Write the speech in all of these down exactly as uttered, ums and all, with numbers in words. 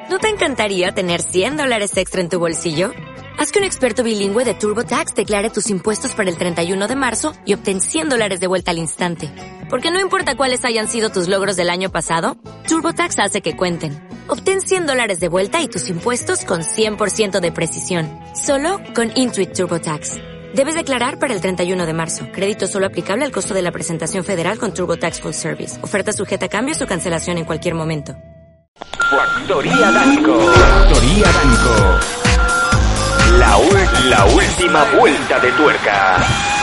¿No te encantaría tener cien dólares extra en tu bolsillo? Haz que un experto bilingüe de TurboTax declare tus impuestos para el treinta y uno de marzo y obtén cien dólares de vuelta al instante. Porque no importa cuáles hayan sido tus logros del año pasado, TurboTax hace que cuenten. Obtén cien dólares de vuelta y tus impuestos con cien por ciento de precisión. Solo con Intuit TurboTax. Debes declarar para el treinta y uno de marzo. Crédito solo aplicable al costo de la presentación federal con TurboTax Full Service. Oferta sujeta a cambios o cancelación en cualquier momento. Factoría Danco. Factoría Danco. La, u- la última vuelta de tuerca.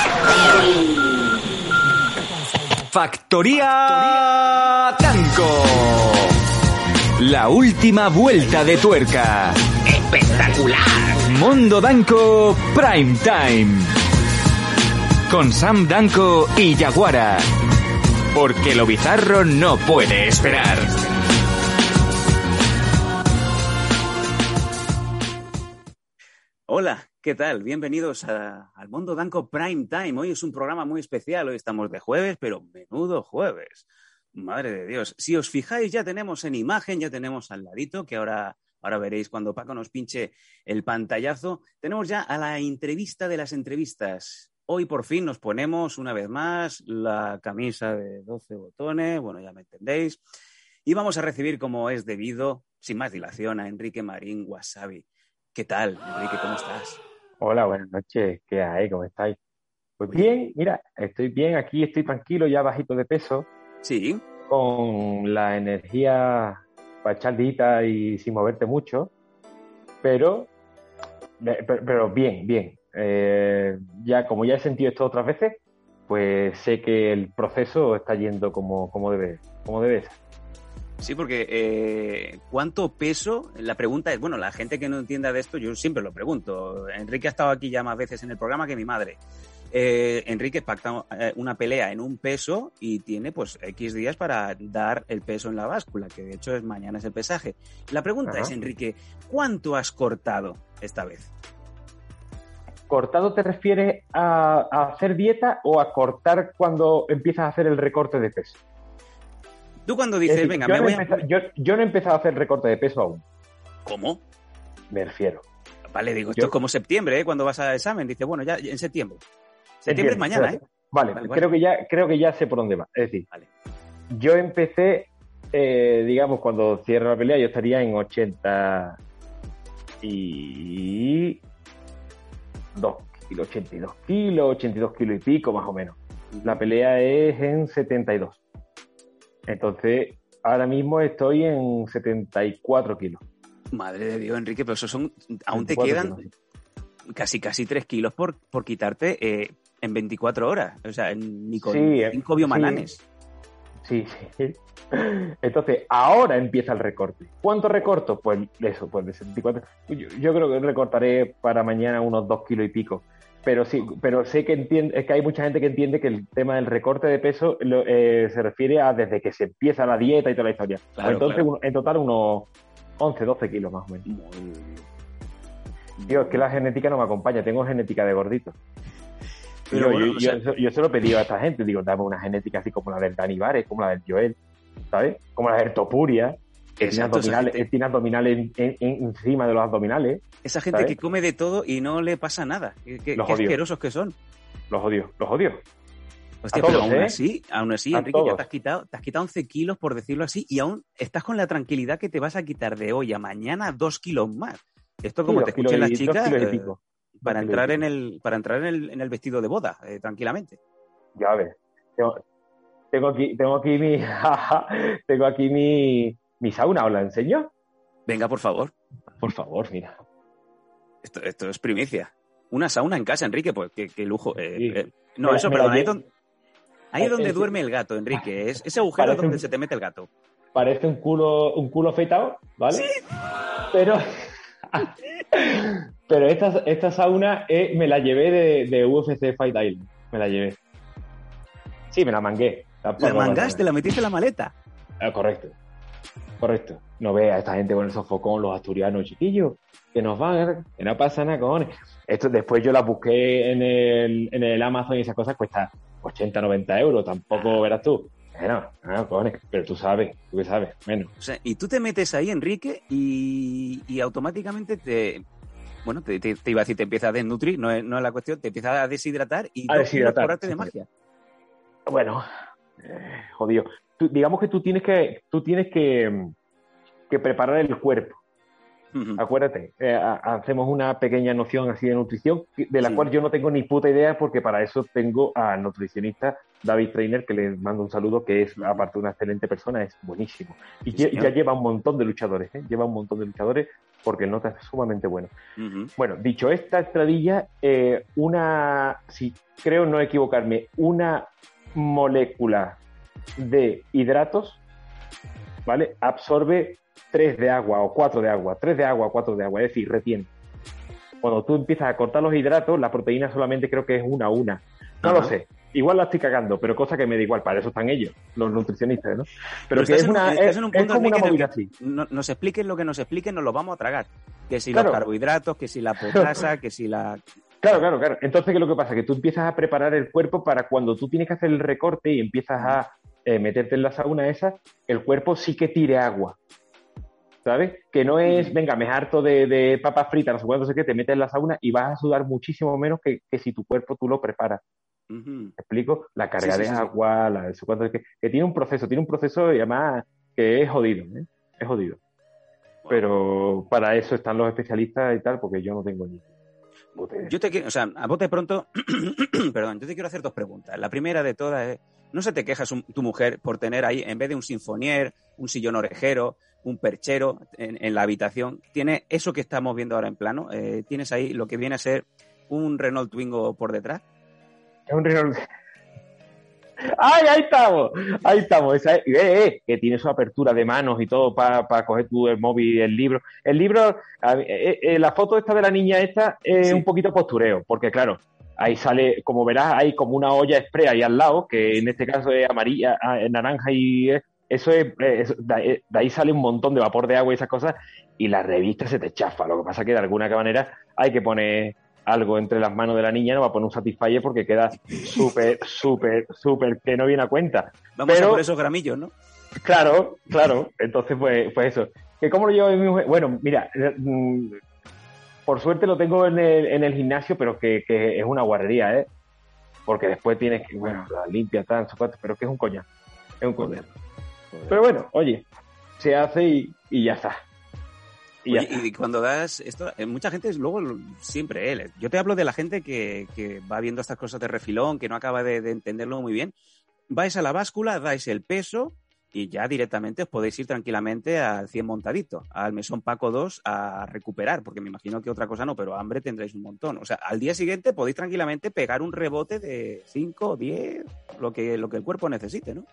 Factoría Danco. La última vuelta de tuerca. Espectacular. Mundo Danco Prime Time. Con Sam Danco y Yaguara. Porque lo bizarro no puede esperar. Hola, ¿qué tal? Bienvenidos a, al Mundo Danco Prime Time. Hoy es un programa muy especial. Hoy estamos de jueves, pero menudo jueves. Madre de Dios. Si os fijáis, ya tenemos en imagen, ya tenemos al ladito, que ahora, ahora veréis cuando Paco nos pinche el pantallazo. Tenemos ya a la entrevista de las entrevistas. Hoy por fin nos ponemos una vez más la camisa de doce botones, bueno, ya me entendéis. Y vamos a recibir, como es debido, sin más dilación, a Enrique Marín Wasabi. ¿Qué tal, Enrique? ¿Cómo estás? Hola, buenas noches. ¿Qué hay? ¿Cómo estáis? Pues bien, mira, estoy bien aquí, estoy tranquilo, ya bajito de peso, Sí. con la energía para echar dita y sin moverte mucho, pero, pero, pero bien, bien. Eh, ya como ya he sentido esto otras veces, pues sé que el proceso está yendo como, como debe, como debe ser. Sí, porque eh, ¿cuánto peso? La pregunta es, bueno, la gente que no entienda de esto, yo siempre lo pregunto. Enrique ha estado aquí ya más veces en el programa que mi madre. Eh, Enrique pacta una pelea en un peso y tiene pues X días para dar el peso en la báscula, que de hecho es mañana es el pesaje. La pregunta Ajá. es, Enrique, ¿cuánto has cortado esta vez? ¿Cortado te refieres a, a hacer dieta o a cortar cuando empiezas a hacer el recorte de peso? Tú cuando Es dices, decir, venga, yo, me no voy he a... empezado, yo, yo no he empezado a hacer recorte de peso aún, ¿Cómo? me refiero. Vale, digo, esto Yo- es como septiembre, ¿eh? Cuando vas al examen, dice, bueno, ya en septiembre. Septiembre es Entiendo, mañana, ¿eh? espérate. Vale, Vale, vale. Creo, que ya, creo que ya sé por dónde va. Es decir, Vale. yo empecé, eh, digamos, cuando cierro la pelea, yo estaría en ochenta y dos kilos, ochenta y dos kilos, ochenta y dos kilos y pico, más o menos. La pelea es en setenta y dos. Entonces, ahora mismo estoy en setenta y cuatro kilos. Madre de Dios, Enrique, pero eso son... Aún te veinticuatro quedan kilos, sí. casi casi tres kilos por, por quitarte eh, en veinticuatro horas. O sea, en- ni con Sí, eh, cinco biomananes. Sí, sí. Entonces, ahora empieza el recorte. ¿Cuánto recorto? Pues eso, pues de setenta y cuatro. Yo, yo creo que recortaré para mañana unos dos kilos y pico. Pero sí, pero sé que entiende, es que hay mucha gente que entiende que el tema del recorte de peso lo- eh, se refiere a desde que se empieza la dieta y toda la historia. Claro, Pues entonces, claro. un- en total, unos once, doce kilos más o menos. Muy... Tío, es que la genética no me acompaña, tengo genética de gordito. Pero yo, bueno, yo, o sea- yo, yo se lo he pedido a esta gente, digo, dame una genética así como la del Dani Vares, como la del Joel, ¿sabes? Como la del Topuria, que tiene Exacto, esa abdominales, gente- tiene abdominales en- en- en- encima de los abdominales. Esa gente ¿sabes? que come de todo y no le pasa nada. Qué, qué- Los qué odio. asquerosos que son. Los odio, los odio. Hostia, A pero todos, aún ¿eh? así, aún así, A Enrique, ya todos. te has quitado, te has quitado once kilos, por decirlo así, y aún estás con la tranquilidad que te vas a quitar de hoy a mañana dos kilos más. Esto como Sí, te dos kilos escuchen las y- dos chicas, kilos y eh, pico. para Dos kilos y entrar en pico. el, para entrar en el, en el vestido de boda, eh, tranquilamente. Ya ves, tengo, tengo aquí, tengo aquí mi, tengo aquí mi, mi sauna, ¿os la enseño? Venga, por favor. Por favor, mira. Esto, esto es primicia. Una sauna en casa, Enrique, pues qué, qué lujo. Eh, Sí. eh, no, Me la- eso, me la perdón, ahí, lle- donde, ahí es Eh, donde eh, duerme el gato, Enrique. Es, ese agujero es Parece donde un- se te mete el gato. Parece un culo, un culo afeitado, ¿vale? Pero, pero esta, esta sauna eh, me la llevé de, de U F C Fight Island. Me la llevé. Sí, me la mangué. La mangaste, la metiste en la maleta. Ah, correcto. Correcto. No ve a esta gente con el sofocón, los asturianos, chiquillos, que nos van, que no pasa nada, cojones. Esto después yo la busqué en el, en el Amazon y esas cosas, cuesta ochenta, noventa euros. Tampoco verás tú. Bueno, no, cojones, pero tú sabes, tú que sabes, menos. O sea, y tú te metes ahí, Enrique, y, y automáticamente te... Bueno, te, te, te iba a decir, te empieza a desnutrir, no es, no es la cuestión, te empieza a deshidratar y A deshidratar, por arte sí, de magia. Bueno, eh, jodido. Tú, digamos que tú tienes que, tú tienes que, que preparar el cuerpo. Uh-huh. Acuérdate, eh, a, hacemos una pequeña noción así de nutrición, de la Sí. cual yo no tengo ni puta idea, porque para eso tengo al nutricionista David Trainer, que le mando un saludo, que es, aparte de una excelente persona, es buenísimo. Y Sí, ya, señor. ya lleva un montón de luchadores, ¿eh? Lleva un montón de luchadores, porque el nota es sumamente bueno. Uh-huh. Bueno, dicho esta estradilla, eh, una, si creo no equivocarme, una molécula de hidratos, ¿vale? Absorbe tres de agua o cuatro de agua, tres de agua o cuatro de agua, es decir, retiene. Cuando tú empiezas a cortar los hidratos, la proteína solamente creo que es una a una. No Ajá. lo sé. Igual la estoy cagando, pero cosa que me da igual, para eso están ellos, los nutricionistas, ¿no? Pero, Pero que estás es en un- una, estás es, en un es punto, como una Enrique, en el movida que así. no- nos expliquen lo que nos expliquen, nos lo vamos a tragar. Que si Claro. los carbohidratos, que si la potasa, que si la... Claro, claro, claro. Entonces, ¿qué es lo que pasa? Que tú empiezas a preparar el cuerpo para cuando tú tienes que hacer el recorte y empiezas a eh, meterte en la sauna esa, el cuerpo sí que tire agua. ¿Sabes? Que no es, venga, me harto de, de papas fritas, no sé cuánto, no sé qué, te metes en la sauna y vas a sudar muchísimo menos que, que si tu cuerpo tú lo preparas. Uh-huh. ¿Me explico? La carga Sí, sí, de sí, sí. agua, la, eso, cuánto, que, que tiene un proceso, tiene un proceso y además que es jodido, ¿eh? Es jodido. Pero para eso están los especialistas y tal, porque yo no tengo ni... Yo te quiero, o sea, a bote pronto, perdón, yo te quiero hacer dos preguntas. La primera de todas es, ¿no se te queja su- tu mujer por tener ahí, en vez de un sinfonier, un sillón orejero, un perchero en, en la habitación, tiene eso que estamos viendo ahora en plano? Eh, ¿Tienes ahí lo que viene a ser un Renault Twingo por detrás? Es un Renault. ¡Ay, ahí estamos! Ahí estamos. Esa es, eh, eh, que tiene su apertura de manos y todo para pa coger tú el móvil y el libro. El libro, a mí, eh, eh, la foto esta de la niña esta es Sí. un poquito postureo, porque claro, ahí sale, como verás, hay como una olla spray ahí al lado, que en este caso es amarilla, ah, naranja y eh, eso es, eh, eso, de, de ahí sale un montón de vapor de agua y esas cosas, y la revista se te chafa. Lo que pasa es que de alguna manera hay que poner algo entre las manos de la niña, no va a poner un Satisfyer porque queda súper, súper, súper que no viene a cuenta. Vamos Pero, a por esos gramillos, ¿no? claro, claro, entonces pues, pues eso. ¿Que ¿Cómo lo lleva mi mujer? Bueno, mira, mm, por suerte lo tengo en el, en el gimnasio, pero que, que es una guarrería, ¿eh? Porque después tienes que, bueno, la limpia, tal, pero que es un coñazo, es un coñazo. Pero bueno, oye, se hace y, y ya está. Y, ya Oye, está. y cuando das esto, eh, mucha gente es luego siempre él. Yo te hablo de la gente que, que va viendo estas cosas de refilón, que no acaba de, de entenderlo muy bien. Vais a la báscula, dais el peso y ya directamente os podéis ir tranquilamente al cien montadito, al Mesón Paco dos a recuperar, porque me imagino que otra cosa no, pero hambre tendréis un montón. O sea, al día siguiente podéis tranquilamente pegar un rebote de cinco, diez, lo que, lo que el cuerpo necesite, ¿no?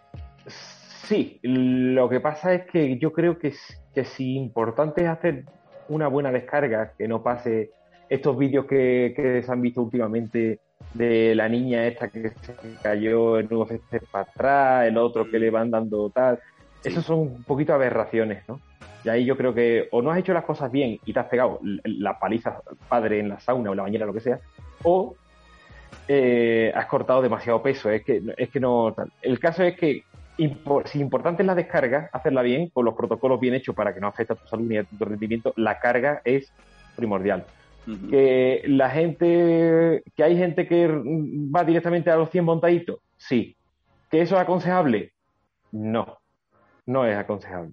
Sí, lo que pasa es que yo creo que, que si importante es hacer una buena descarga, que no pase estos vídeos que, que se han visto últimamente de la niña esta que se cayó en unos veces para atrás, el otro que le van dando tal. Sí. Esos son un poquito aberraciones, ¿no? Y ahí yo creo que o no has hecho las cosas bien y te has pegado la paliza padre en la sauna o en la bañera, lo que sea, o eh, has cortado demasiado peso. Es que, es que no... El caso es que si importante es la descarga, hacerla bien, con los protocolos bien hechos para que no afecte a tu salud ni a tu rendimiento, la carga es primordial. Uh-huh. Que la gente, que hay gente que va directamente a los cien montaditos, sí. ¿Que eso es aconsejable? No, no es aconsejable.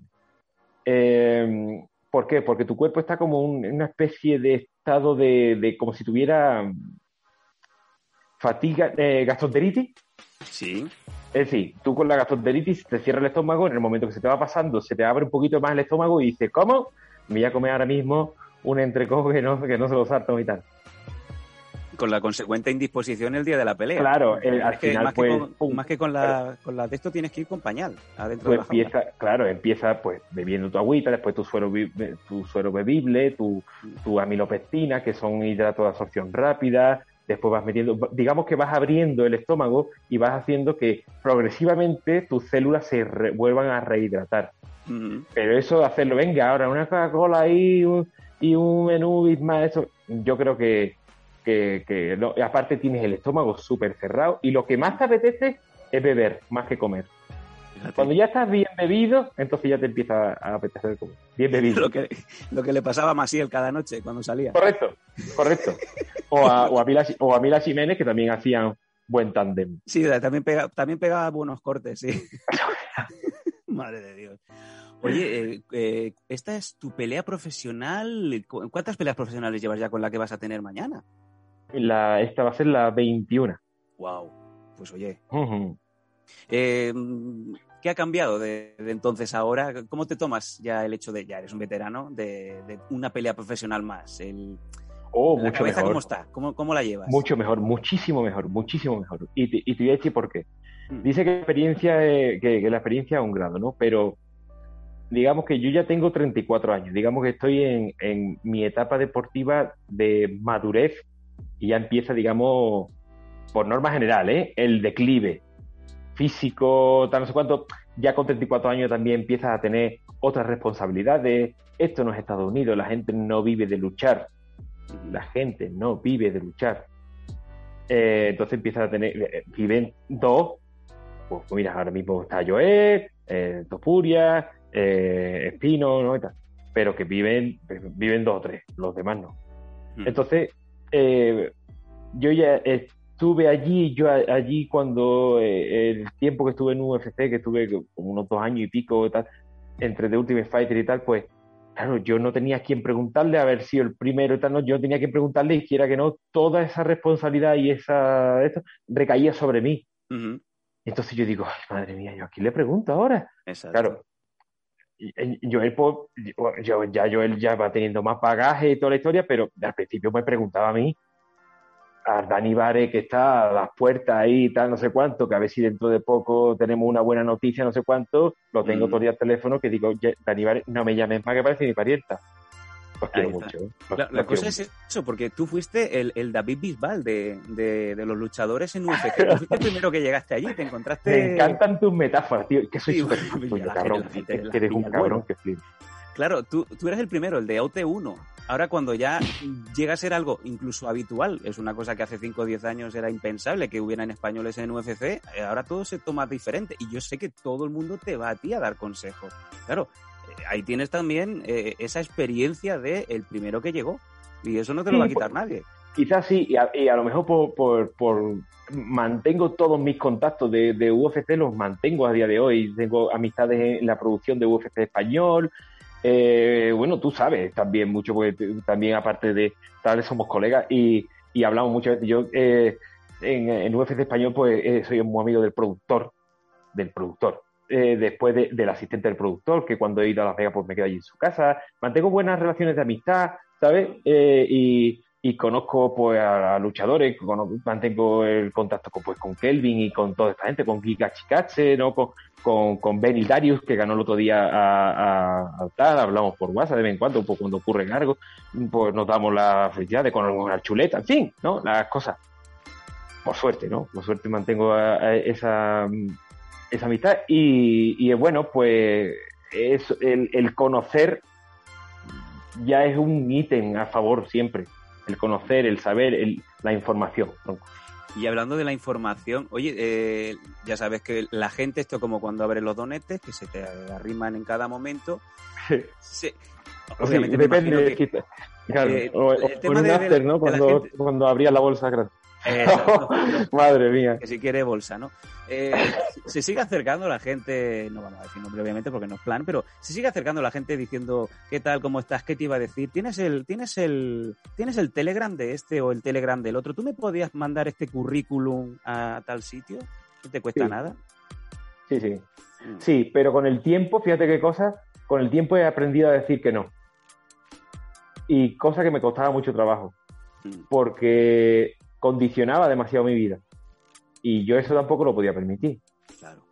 Eh, ¿Por qué? Porque tu cuerpo está como un, una especie de estado de, de como si tuviera fatiga, eh, gastroenteritis. Sí. Es decir, tú con la gastroenteritis te cierra el estómago, en el momento que se te va pasando, se te abre un poquito más el estómago y dices, ¿cómo? Me voy a comer ahora mismo un entrecot que no, que no se lo salto y tal. Con la consecuente indisposición el día de la pelea. Claro, el, al final más, pues... que con, más que con la, con la de esto tienes que ir con pañal adentro pues de la jaula. Empieza, claro, empieza pues bebiendo tu agüita, después tu suero, tu suero bebible, tu, tu amilopectina, que son hidratos de absorción rápida. Después vas metiendo, digamos que vas abriendo el estómago y vas haciendo que progresivamente tus células se re, vuelvan a rehidratar. Uh-huh. Pero eso de hacerlo, venga, ahora una Coca-Cola y un, y un menú y más, eso, yo creo que, que, que no, aparte tienes el estómago súper cerrado y lo que más te apetece es beber, más que comer. Fíjate. Cuando ya estás bien bebido, entonces ya te empieza a apetecer como bien bebido. Lo que, lo que le pasaba a Masiel cada noche cuando salía. Correcto, correcto. O a, o a, Mila, o a Mila Jiménez, que también hacían buen tándem. Sí, también, pega, también pegaba buenos cortes, sí. Madre de Dios. Oye, eh, eh, ¿esta es tu pelea profesional? ¿Cuántas peleas profesionales llevas ya con la que vas a tener mañana? La, esta va a ser la veintiuna. Wow, pues oye. Uh-huh. Eh, ¿Qué ha cambiado de, de entonces a ahora? ¿Cómo te tomas ya el hecho de, ya eres un veterano, de, de una pelea profesional más? El, oh, ¿La mucho cabeza mejor. cómo está? ¿Cómo, cómo la llevas? Mucho mejor, muchísimo mejor, muchísimo mejor. Y te, y te voy a decir por qué. Mm. Dice que la experiencia es, que, que la experiencia es un grado, ¿no? Pero digamos que yo ya tengo treinta y cuatro años. Digamos que estoy en, en mi etapa deportiva de madurez y ya empieza, digamos, por norma general, ¿eh? El declive físico, tal, no sé cuánto. Ya con treinta y cuatro años también empiezas a tener otras responsabilidades. Esto no es Estados Unidos, la gente no vive de luchar. La gente no vive de luchar. Eh, entonces empiezas a tener, eh, viven dos, pues mira, ahora mismo está Joel, eh, Topuria, eh, Espino, ¿no? Y tal, pero que viven, viven dos o tres, los demás no. Mm. Entonces, eh, yo ya estuve allí, yo allí cuando eh, el tiempo que estuve en U F C, que estuve como unos dos años y pico y tal, entre The Ultimate Fighter y tal, pues claro, yo no tenía a quien preguntarle haber sido el primero y tal, no, yo no tenía a quien preguntarle y quiera que no, toda esa responsabilidad y esa esto recaía sobre mí. Uh-huh. Entonces yo digo, ay, madre mía, ¿yo a quién le pregunto ahora? Exacto. Claro, Joel, yo, ya Joel ya va teniendo más bagaje y toda la historia, pero al principio me preguntaba a mí, a Dani Vare, que está a las puertas ahí y tal, no sé cuánto, que a ver si dentro de poco tenemos una buena noticia, no sé cuánto, lo tengo mm. todo el día al teléfono, que digo, Dani Vare, no me llames más, que parece mi parienta. Los quiero mucho. ¿eh? Los, la los la cosa mucho. Es eso, porque tú fuiste el, el David Bisbal de, de, de los luchadores en U F C. Tú fuiste el primero que llegaste allí, te encontraste... Me encantan tus metáforas, tío, que soy súper sí, bueno, cabrón, gente, que, que eres un cabrón que flipa. Claro, tú, tú eres el primero, el de O T uno. Ahora cuando ya llega a ser algo incluso habitual, es una cosa que hace cinco o diez años era impensable que hubieran españoles en U F C, ahora todo se toma diferente y yo sé que todo el mundo te va a ti a dar consejos. Claro, ahí tienes también eh, esa experiencia de el primero que llegó y eso no te lo sí, va a quitar pues, nadie. Quizás sí, y a, y a lo mejor por, por, por mantengo todos mis contactos de, de U F C, los mantengo a día de hoy, tengo amistades en la producción de U F C español. Eh, bueno, tú sabes también mucho, porque también aparte de tal somos colegas y, y hablamos muchas veces. Yo eh, en, en U F C español pues eh, soy muy amigo del productor, del productor, eh, después de, del asistente del productor, que cuando he ido a Las Vegas pues me quedo allí en su casa. Mantengo buenas relaciones de amistad, ¿sabes? Eh, y, y conozco pues a, a luchadores, conozco, mantengo el contacto con, pues, con Kelvin y con toda esta gente, con Giga Chikatse, ¿no? Con, con, con Benny Darius, que ganó el otro día a, a, a tal, hablamos por WhatsApp de vez en cuando, pues cuando ocurren algo, pues nos damos la felicidad de con una chuleta, en fin, ¿no? Las cosas. Por suerte, ¿no? Por suerte mantengo a, a esa, esa amistad y, y bueno, pues es el, el conocer ya es un ítem a favor siempre. El conocer, el saber, el, la información, ¿no? Y hablando de la información, oye, eh, ya sabes que la gente, esto como cuando abres los donetes, que se te arriman en cada momento. Se, obviamente sí, depende de que, claro, eh, o, el o tema un de, after, de, ¿no? Cuando, gente... cuando abrías la bolsa grande. Exacto. Madre mía. Que si quiere bolsa, ¿no? Eh, se sigue acercando la gente, no vamos a decir nombre obviamente porque no es plan, pero se sigue acercando la gente diciendo ¿qué tal, cómo estás, qué te iba a decir? ¿Tienes el, tienes el, tienes el Telegram de este o el Telegram del otro? ¿Tú me podías mandar este currículum a tal sitio? ¿No te cuesta sí. nada? Sí, sí. Mm. Sí, pero con el tiempo, fíjate qué cosa, con el tiempo he aprendido a decir que no. Y cosa que me costaba mucho trabajo. Mm. Porque condicionaba demasiado mi vida y yo eso tampoco lo podía permitir. Claro.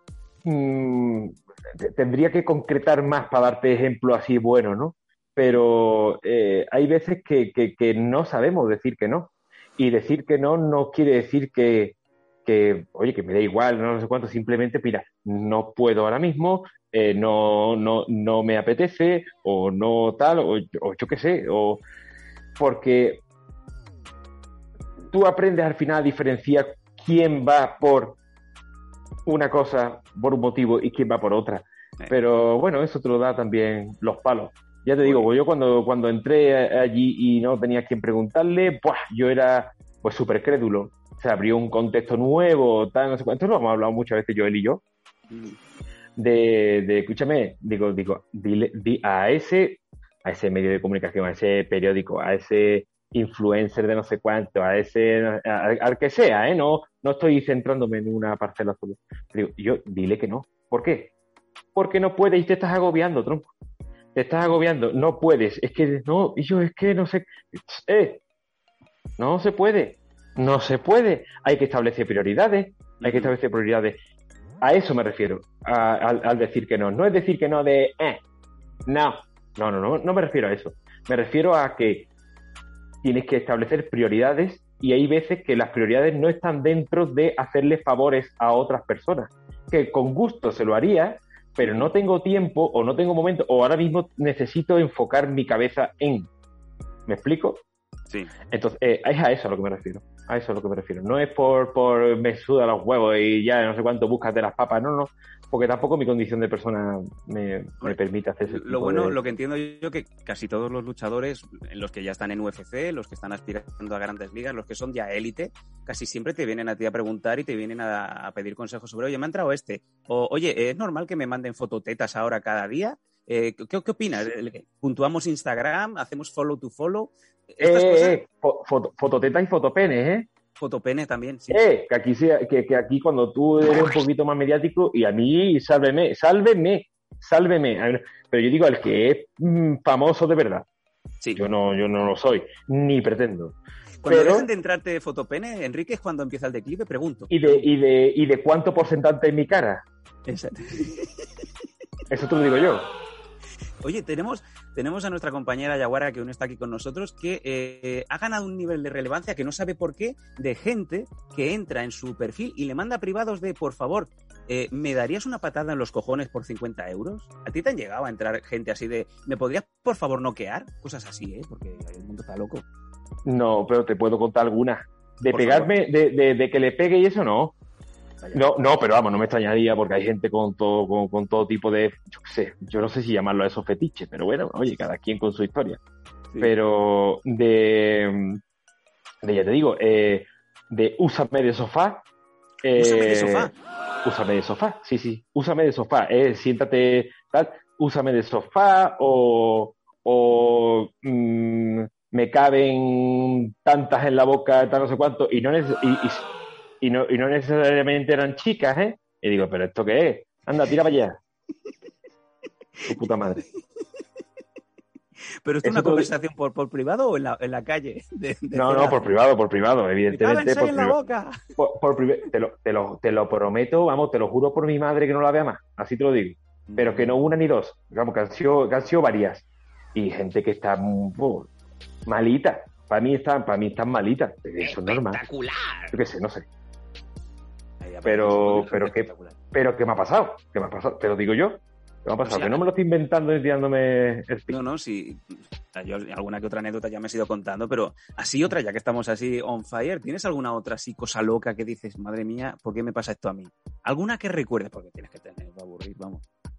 Mm, tendría que concretar más para darte ejemplo así bueno, ¿no? Pero eh, hay veces que, que, que no sabemos decir que no y decir que no no quiere decir que, que oye, que me da igual, no, no sé cuánto, simplemente mira, no puedo ahora mismo, eh, no, no, no me apetece o no tal, o, o yo qué sé, o porque tú aprendes al final a diferenciar quién va por una cosa por un motivo y quién va por otra. Eh. Pero bueno, eso te lo da también los palos. Ya te digo, pues yo cuando, cuando entré allí y no tenía quien preguntarle, ¡buah! Yo era pues súper crédulo. Se abrió un contexto nuevo, tal, no sé cuánto. Lo hemos hablado muchas veces Joel y yo. De, de escúchame, digo, digo, dile, di a ese, a ese medio de comunicación, a ese periódico, a ese influencer de no sé cuánto, a ese, a, al que sea, ¿eh? No, no estoy centrándome en una parcela azul. Digo, yo, dile que no. ¿Por qué? Porque no puedes y te estás agobiando, tronco. Te estás agobiando, no puedes. Es que, no, y yo, es que no sé. Eh, no se puede. No se puede. Hay que establecer prioridades. Hay que establecer prioridades. A eso me refiero, a, al, al decir que no. No es decir que no de, eh, no. No, no, no, no me refiero a eso. Me refiero a que tienes que establecer prioridades y hay veces que las prioridades no están dentro de hacerle favores a otras personas. Que con gusto se lo haría, pero no tengo tiempo o no tengo momento o ahora mismo necesito enfocar mi cabeza en. ¿Me explico? Sí. Entonces, eh, es a eso a lo que me refiero. A eso a lo que me refiero. No es por, por me suda los huevos y ya no sé cuánto buscas de las papas, no, no. Porque tampoco mi condición de persona me, me permite hacer ese tipo Lo bueno, de... lo que entiendo yo que casi todos los luchadores, los que ya están en U F C, los que están aspirando a grandes ligas, los que son ya élite, casi siempre te vienen a ti a preguntar y te vienen a, a pedir consejos sobre, oye, me ha entrado este, o oye, ¿es normal que me manden fototetas ahora cada día? Eh, ¿qué, ¿Qué opinas? ¿Puntuamos Instagram? ¿Hacemos follow to follow? Estas eh, cosas... eh, foto, fototetas y fotopenes, ¿eh? Fotopene también, sí. Eh, que aquí sea, que, que aquí cuando tú eres un poquito más mediático, y a mí, sálveme, sálveme, sálveme. Pero yo digo, el que es mm, famoso de verdad. Sí. Yo no, yo no lo soy, ni pretendo. Cuando pero... dejen de entrarte fotopene, Enrique, es cuando empieza el declive, pregunto. ¿Y de, y de, y de cuánto porcentaje en mi cara? Exacto. Eso te lo digo yo. Oye, tenemos, tenemos a nuestra compañera Yaguara, que aún está aquí con nosotros, que eh, ha ganado un nivel de relevancia que no sabe por qué, de gente que entra en su perfil y le manda privados de, por favor, eh, ¿me darías una patada en los cojones por cincuenta euros? ¿A ti te han llegado a entrar gente así de, ¿me podrías, por favor, noquear? Cosas así, ¿eh? Porque el mundo está loco. No, pero te puedo contar algunas. De por pegarme, de, de, de que le pegue y eso no. No, no, pero vamos, no me extrañaría porque hay gente con todo, con, con todo tipo de, yo qué sé, yo no sé si llamarlo a esos fetiches, pero bueno, oye, cada quien con su historia. Sí. Pero de, de, ya te digo, eh, de úsame de sofá. Eh, úsame de sofá. Úsame de sofá, sí, sí, úsame de sofá, eh, siéntate, tal, úsame de sofá o, o mmm, me caben tantas en la boca, tal, no sé cuánto, y no, y, y, Y no, y no necesariamente eran chicas, ¿eh? Y digo, ¿pero esto qué es? Anda, tira para allá. Tu puta madre. ¿Pero esto es una conversación por, por privado o en la, en la calle? De, de no, no, por privado, por privado, evidentemente. Por en la boca. Por, por priv- te, lo, te, lo, te lo prometo, vamos, te lo juro por mi madre que no la vea más. Así te lo digo. Pero que no una ni dos. Digamos, que han sido, que han sido varias. Y gente que está oh, malita. Para mí están, para mí están malitas. Eso es normal. Espectacular. Yo qué sé, no sé. Pero, pero, ¿qué, pero ¿qué me ha pasado? ¿Qué me ha pasado? Te lo digo yo. ¿Qué me ha pasado? O sea, que no me lo estoy inventando y tirándome el pico. No, no, sí. Yo alguna que otra anécdota ya me he ido contando, pero así otra, ya que estamos así on fire, ¿tienes alguna otra así cosa loca que dices, madre mía, ¿por qué me pasa esto a mí? ¿Alguna que recuerdes? Porque tienes que tener, va a aburrir, vamos.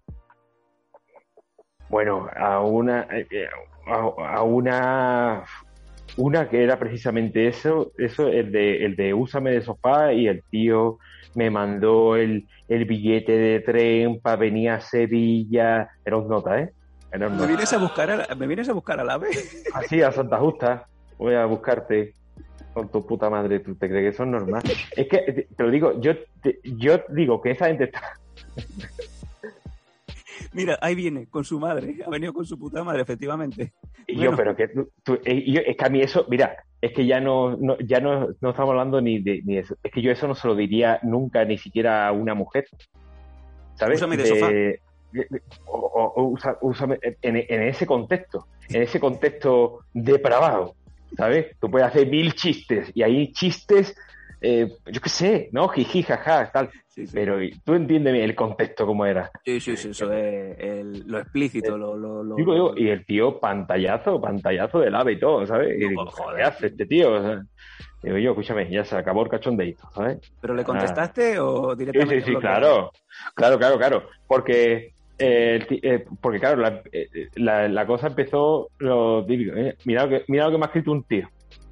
Bueno, a una... A, a una... Una que era precisamente eso, eso el de, el de úsame de sofá y el tío me mandó el, el billete de tren para venir a Sevilla. Era un nota, ¿eh? Era un nota. ¿Me vienes a buscar a la, ¿me vienes a buscar a la vez? Así, a Santa Justa. Voy a buscarte con tu puta madre. ¿Tú te crees que eso es normal? Es que, te, te lo digo, yo, te, yo digo que esa gente está... Mira, ahí viene, con su madre. Ha venido con su puta madre, efectivamente. Y bueno. yo, pero que tú, tú, yo, es que a mí eso, mira, es que ya no, no ya no, no estamos hablando ni de ni de eso. Es que yo eso no se lo diría nunca, ni siquiera a una mujer. ¿Sabes? Úsame de, de sofá. De, de, o, o, o usa, úsame en, en ese contexto, en ese contexto depravado, ¿sabes? Tú puedes hacer mil chistes y hay chistes eh, yo qué sé, ¿no? Jiji, jaja, tal. Sí, sí. Pero tú entiéndeme el contexto cómo era. Sí, sí, sí, eso es el- lo explícito, lo... lo, lo, Digo, digo, lo- y el tío pantallazo, pantallazo del ave y todo, ¿sabes? Y No, digo, joder, ¿qué hace este tío? O sea, digo yo, escúchame, ya se acabó el cachondeito, ¿sabes? ¿Pero le Ah, contestaste o sí, sí, directamente sí, bloqueado? claro, claro, claro, claro, porque, eh, el ti- eh, porque claro, la, eh, la, la cosa empezó lo típico, ¿eh? Mira lo que, mira lo que me ha escrito un tío,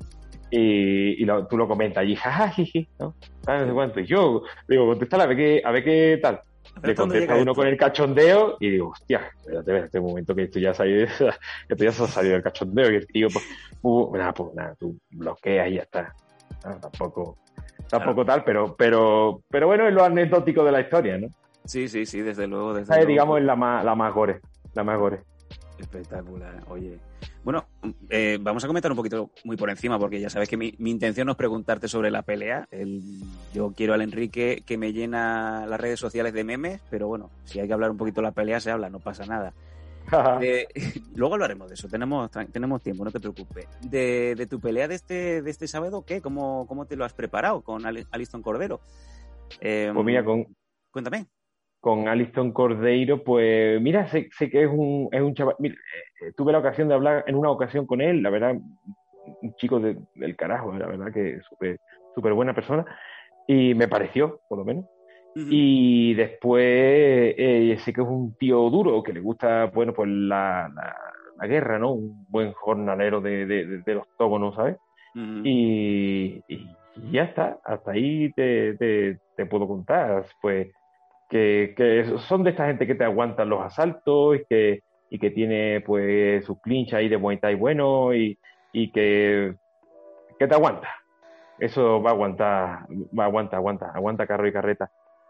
y, y lo- tú lo comentas y jaja, jiji, ¿no? Ah, no sé cuánto, y yo digo, contéstale a ver qué, a ver qué tal. A ver Le hasta dónde contesta llega uno esto. con el cachondeo y digo, hostia, espérate, espérate un momento que esto ya, salió, esto ya se ha salido del cachondeo y el tío, pues, uh, nada, pues nada, tú bloqueas y ya está. Ah, tampoco, tampoco tal, pero, pero, pero bueno, es lo anecdótico de la historia, ¿no? Sí, sí, sí, desde luego, desde Esa es, luego. digamos, es la más, la más gore, la más gore. Espectacular, oye. Bueno, eh, vamos a comentar un poquito muy por encima, porque ya sabes que mi, mi intención no es preguntarte sobre la pelea. El, yo quiero al Enrique que me llena las redes sociales de memes, pero bueno, si hay que hablar un poquito de la pelea, se habla, no pasa nada. De, luego hablaremos de eso, tenemos, tenemos tiempo, no te preocupes. De, de tu pelea de este, de este sábado, ¿qué? ¿Cómo, cómo te lo has preparado con Ali- Aliston Cordero? Eh, Pues mira, con, Cuéntame. con Aliston Cordeiro, pues mira, sé, sé que es un, es un chaval. Mira, eh, tuve la ocasión de hablar en una ocasión con él, la verdad, un chico de- del carajo, la verdad que súper súper buena persona, y me pareció, por lo menos. Uh-huh. Y después eh, sé que es un tío duro, que le gusta, bueno, pues la, la, la guerra, ¿no? Un buen jornalero de, de, de, de los octógonos, ¿sabes? Uh-huh. Y, y ya está, hasta ahí te, te, te puedo contar, pues que, que son de esta gente que te aguantan los asaltos y que, y que tiene pues sus clinches ahí de Muay Thai bueno y, y que, que te aguanta. Eso va a aguantar, va a aguantar, aguanta, aguanta carro y carreta.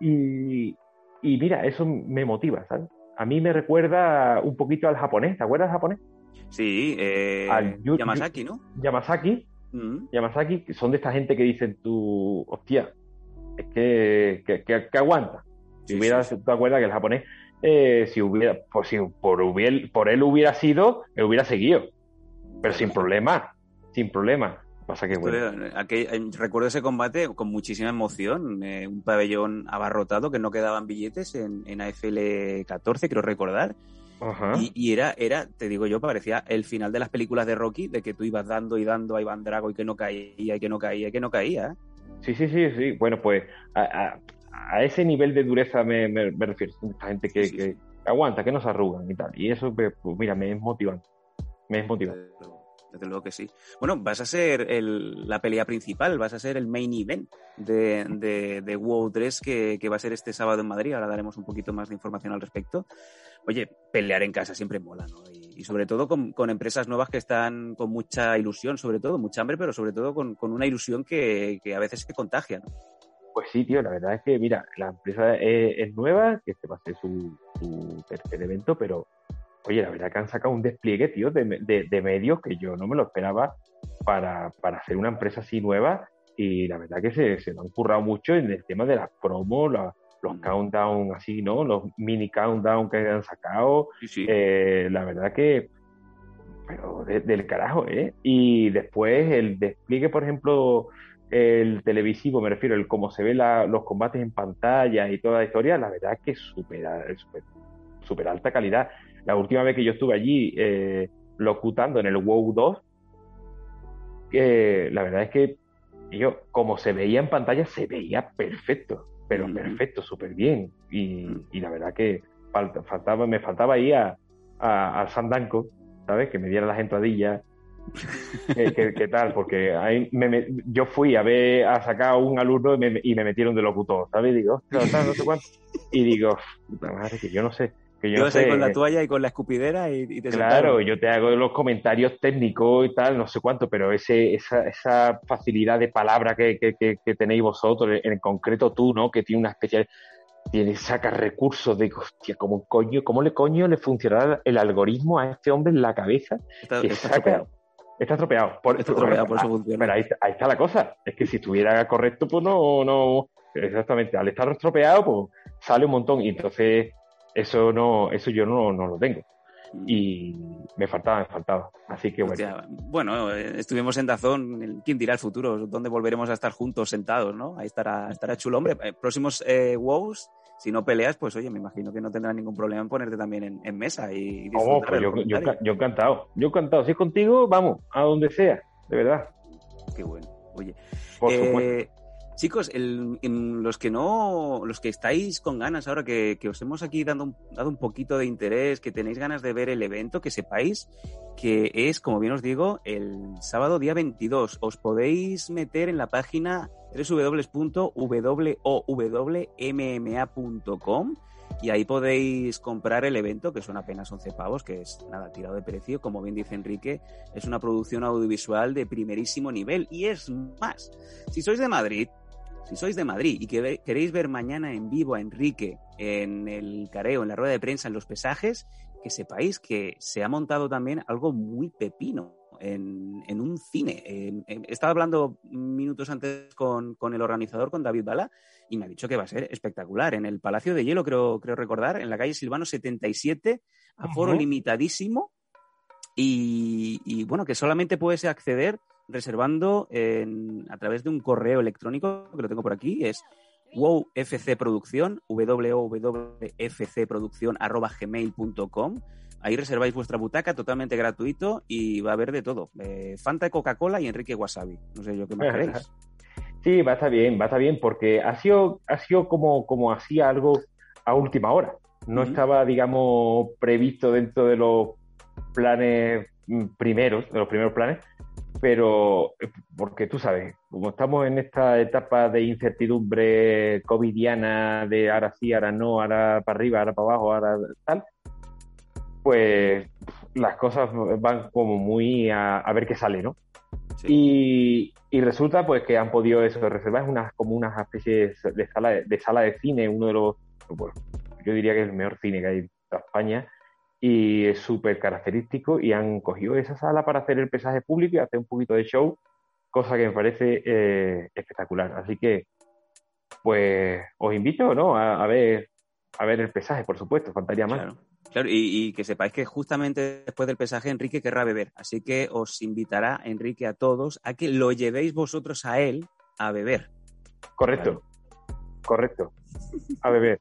Y, y mira, eso me motiva, ¿sabes? A mí me recuerda un poquito al japonés, ¿te acuerdas del japonés? Sí, eh, Al Yu- Yamazaki, ¿no? Yamasaki, Uh-huh. Yamasaki, que son de esta gente que dicen tú, hostia, es que, que, que, que aguanta. Si Sí, hubiera, sí, sí. ¿te acuerdas que el japonés, eh, si hubiera, pues si por, hubiera, por él hubiera sido, él hubiera seguido, pero sin problema, sin problema. Pasa que bueno. Aquel, eh, recuerdo ese combate con muchísima emoción, eh, un pabellón abarrotado que no quedaban billetes en, en A F L catorce, creo recordar. Ajá. Y, y era, era, te digo yo, parecía el final de las películas de Rocky, de que tú ibas dando y dando a Iván Drago y que no caía, y que no caía, y que no caía. Sí, sí, sí, sí. Bueno, pues a, a, a ese nivel de dureza me, me, me refiero. Esta gente que, Sí, sí, que sí. aguanta, que no se arrugan y tal. Y eso, pues, pues, mira, me es motivante. Me es motivante. Desde luego, desde luego que sí. Bueno, vas a ser el, la pelea principal, vas a ser el main event de, de, de WoW tres que, que va a ser este sábado en Madrid. Ahora daremos un poquito más de información al respecto. Oye, pelear en casa siempre mola, ¿no? Y, y sobre todo con, con empresas nuevas que están con mucha ilusión, sobre todo, mucha hambre, pero sobre todo con, con una ilusión que, que a veces se contagia, ¿no? Pues sí, tío, la verdad es que, mira, la empresa es, es nueva, que este va a ser su, su tercer evento, pero, oye, la verdad que han sacado un despliegue, tío, de, de, de medios que yo no me lo esperaba para, para hacer una empresa así nueva, y la verdad que se, se lo han currado mucho en el tema de las promos, la, los countdown así, ¿no? Los mini countdown que han sacado, Sí, sí. eh, la verdad que, pero de, del carajo, ¿eh? Y después el despliegue, por ejemplo, el televisivo, me refiero, el cómo se ven la, los combates en pantalla y toda la historia, la verdad que es súper super, super alta calidad. La última vez que yo estuve allí eh, locutando en el WoW dos, eh, la verdad es que yo, como se veía en pantalla, se veía perfecto, pero Mm. perfecto, súper bien. Y, Mm. y la verdad que falta, faltaba, me faltaba ir a, a, al Sandanco, ¿sabes? Que me diera las entradillas. ¿Qué, qué, qué tal? Porque ahí me, me, yo fui a ver, a sacar a un alumno y me, y me metieron de locutor, ¿sabes? Y digo, ostras, tal, no sé cuánto. Y digo, puta madre, que yo no sé. Que yo no Ibas ahí sé. con la toalla y con la escupidera y, y te Claro, sentaron. yo te hago los comentarios técnicos y tal, no sé cuánto, pero ese, esa, esa facilidad de palabra que, que, que, que tenéis vosotros, en concreto tú, ¿no? Que tiene una especial, tiene, saca recursos de, hostia, ¿cómo coño, cómo le coño le funcionará el algoritmo a este hombre en la cabeza? Está, Que está saca, estropeado. está estropeado. Por, Está por- estropeado, por eso ah, funciona. Pero ahí, ahí está la cosa. Es que si estuviera correcto, pues no, no, exactamente. Al estar estropeado, pues sale un montón. Y entonces, eso no, eso yo no, no lo tengo. y me faltaba, me faltaba. Así que bueno. Hostia, bueno, estuvimos en Dazón, ¿quién dirá el futuro? ¿Dónde volveremos a estar juntos sentados, no? Ahí estará, estará chulo. Hombre, próximos eh, WoWs, si no peleas, pues oye, me imagino que no tendrás ningún problema en ponerte también en, en mesa y disfrutar. Oh, pues yo, yo, yo encantado, yo encantado. Si es contigo, vamos, a donde sea, de verdad. Qué bueno. Oye, por eh, supuesto. Chicos, el, en los que no, los que estáis con ganas ahora, que, que os hemos aquí dado un, dado un poquito de interés, que tenéis ganas de ver el evento, que sepáis que es, como bien os digo, el sábado día veintidós. Os podéis meter en la página doble u doble u doble u punto wow m m a punto com y ahí podéis comprar el evento, que son apenas once pavos, que es nada, tirado de precio. Como bien dice Enrique, es una producción audiovisual de primerísimo nivel. Y es más, si sois de Madrid, Si sois de Madrid y que queréis ver mañana en vivo a Enrique en el careo, en la rueda de prensa, en los pesajes, que sepáis que se ha montado también algo muy pepino en, en un cine. Eh, eh, estaba hablando minutos antes con, con el organizador, con David Bala, y me ha dicho que va a ser espectacular. En el Palacio de Hielo, creo, creo recordar, en la calle Silvano setenta y siete, aforo uh-huh. limitadísimo, y, y bueno, que solamente puedes acceder reservando en, a través de un correo electrónico, que lo tengo por aquí, es wowfcproducción, www.fcproducción arroba gmail punto com. Ahí reserváis vuestra butaca, totalmente gratuito, y va a haber de todo. Eh, Fanta, Coca-Cola y Enrique Wasabi. No sé yo qué más queréis. Sí, va a estar bien, va a estar bien, porque ha sido, ha sido como, como hacía algo a última hora. No uh-huh. estaba, digamos, previsto dentro de los planes primeros, de los primeros planes, pero porque tú sabes, como estamos en esta etapa de incertidumbre covidiana, de ahora sí, ahora no, ahora para arriba, ahora para abajo, ahora tal, pues las cosas van como muy a, a ver qué sale, ¿no? Sí. Y, y resulta pues que han podido eso reservar unas como unas especies de sala de, de sala de cine, uno de los, bueno, yo diría que es el mejor cine que hay en España, y es súper característico, y han cogido esa sala para hacer el pesaje público y hacer un poquito de show, cosa que me parece eh, espectacular. Así que, pues, os invito, ¿no?, a, a ver a ver el pesaje, por supuesto, faltaría más. Claro, claro, y, y que sepáis que justamente después del pesaje Enrique querrá beber, así que os invitará Enrique a todos a que lo llevéis vosotros a él a beber. Correcto, ¿vale? Correcto, a beber.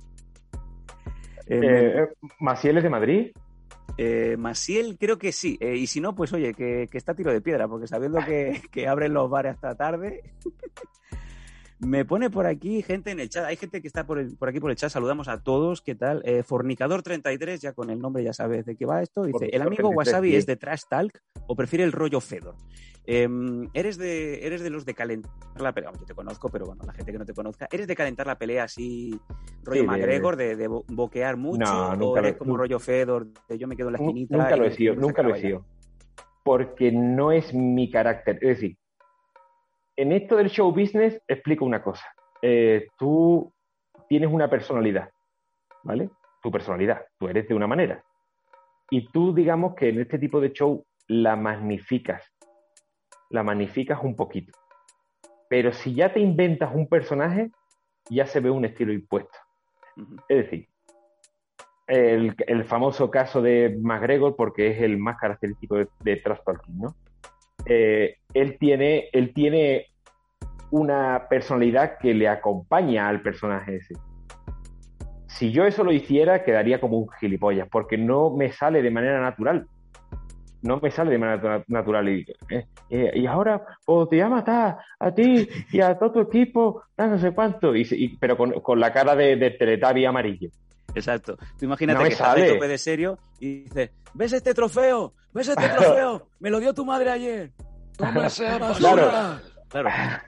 Eh, ¿Maciel es de Madrid? Eh, Maciel creo que sí, eh, y si no, pues oye, que, que está a tiro de piedra, porque sabiendo que, que abren los bares hasta tarde. Me pone por aquí gente en el chat, hay gente que está por, el, por aquí por el chat, saludamos a todos, ¿qué tal? Eh, Fornicador treinta y tres, ya con el nombre ya sabes de qué va esto, dice, ¿el amigo Wasabi es de Trash Talk o prefiere el rollo Fedor? Eh, ¿eres, de, ¿Eres de los de calentar la pelea? Yo te conozco, pero bueno, la gente que no te conozca, ¿eres de calentar la pelea así, rollo sí, McGregor, de, de boquear mucho? No, nunca ¿O eres lo, como nunca, rollo Fedor, de yo me quedo en la esquinita? Nunca lo he sido, nunca lo he sido, porque no es mi carácter, es decir, en esto del show business, explico una cosa. Eh, tú tienes una personalidad, ¿vale? Tu personalidad, tú eres de una manera. Y tú, digamos que en este tipo de show la magnificas, la magnificas un poquito. Pero si ya te inventas un personaje, ya se ve un estilo impuesto. Uh-huh. Es decir, el, el famoso caso de McGregor, porque es el más característico de, de Trash Talking, ¿no? Eh, él tiene, él tiene una personalidad que le acompaña al personaje ese. Si yo eso lo hiciera, quedaría como un gilipollas, porque no me sale de manera natural. No me sale de manera natural. Y, eh, eh, y ahora pues, te voy a matar a ti y a todo tu equipo, no sé cuánto, y, y, pero con, con la cara de, de Teletubby amarillo. Exacto. Tú imagínate no que estás de tope de serio y dices, ¿ves este trofeo? ¿Ves este trofeo? Me lo dio tu madre ayer. Toma esa basura. Claro. claro.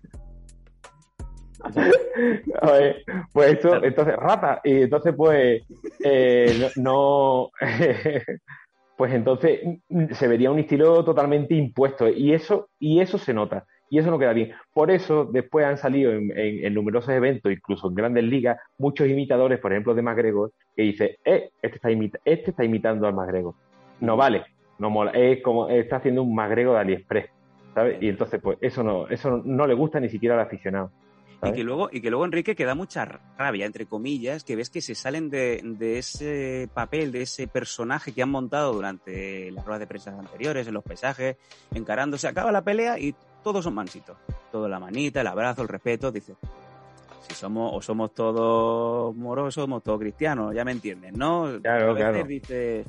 Ver, pues esto, claro. Entonces, rata. Y entonces, pues, eh, no... pues entonces se vería un estilo totalmente impuesto. Y eso, y eso se nota. Y eso no queda bien. Por eso, después han salido en, en, en numerosos eventos, incluso en grandes ligas, muchos imitadores, por ejemplo, de McGregor, que dicen, eh, este está, imita- este está imitando al McGregor. No vale, no mola. Es como, está haciendo un McGregor de AliExpress, ¿sabes? Y entonces, pues, eso no, eso no, no le gusta ni siquiera al aficionado. Y que, luego, y que luego, Enrique, que da mucha rabia, entre comillas, que ves que se salen de, de ese papel, de ese personaje que han montado durante las ruedas de prensa anteriores, en los pesajes, encarándose. Acaba la pelea y todos son mansitos. Todo la manita, el abrazo, el respeto. Dice, si somos o somos todos moros, somos todos cristianos, ya me entienden, ¿no? Claro, a veces claro. dice,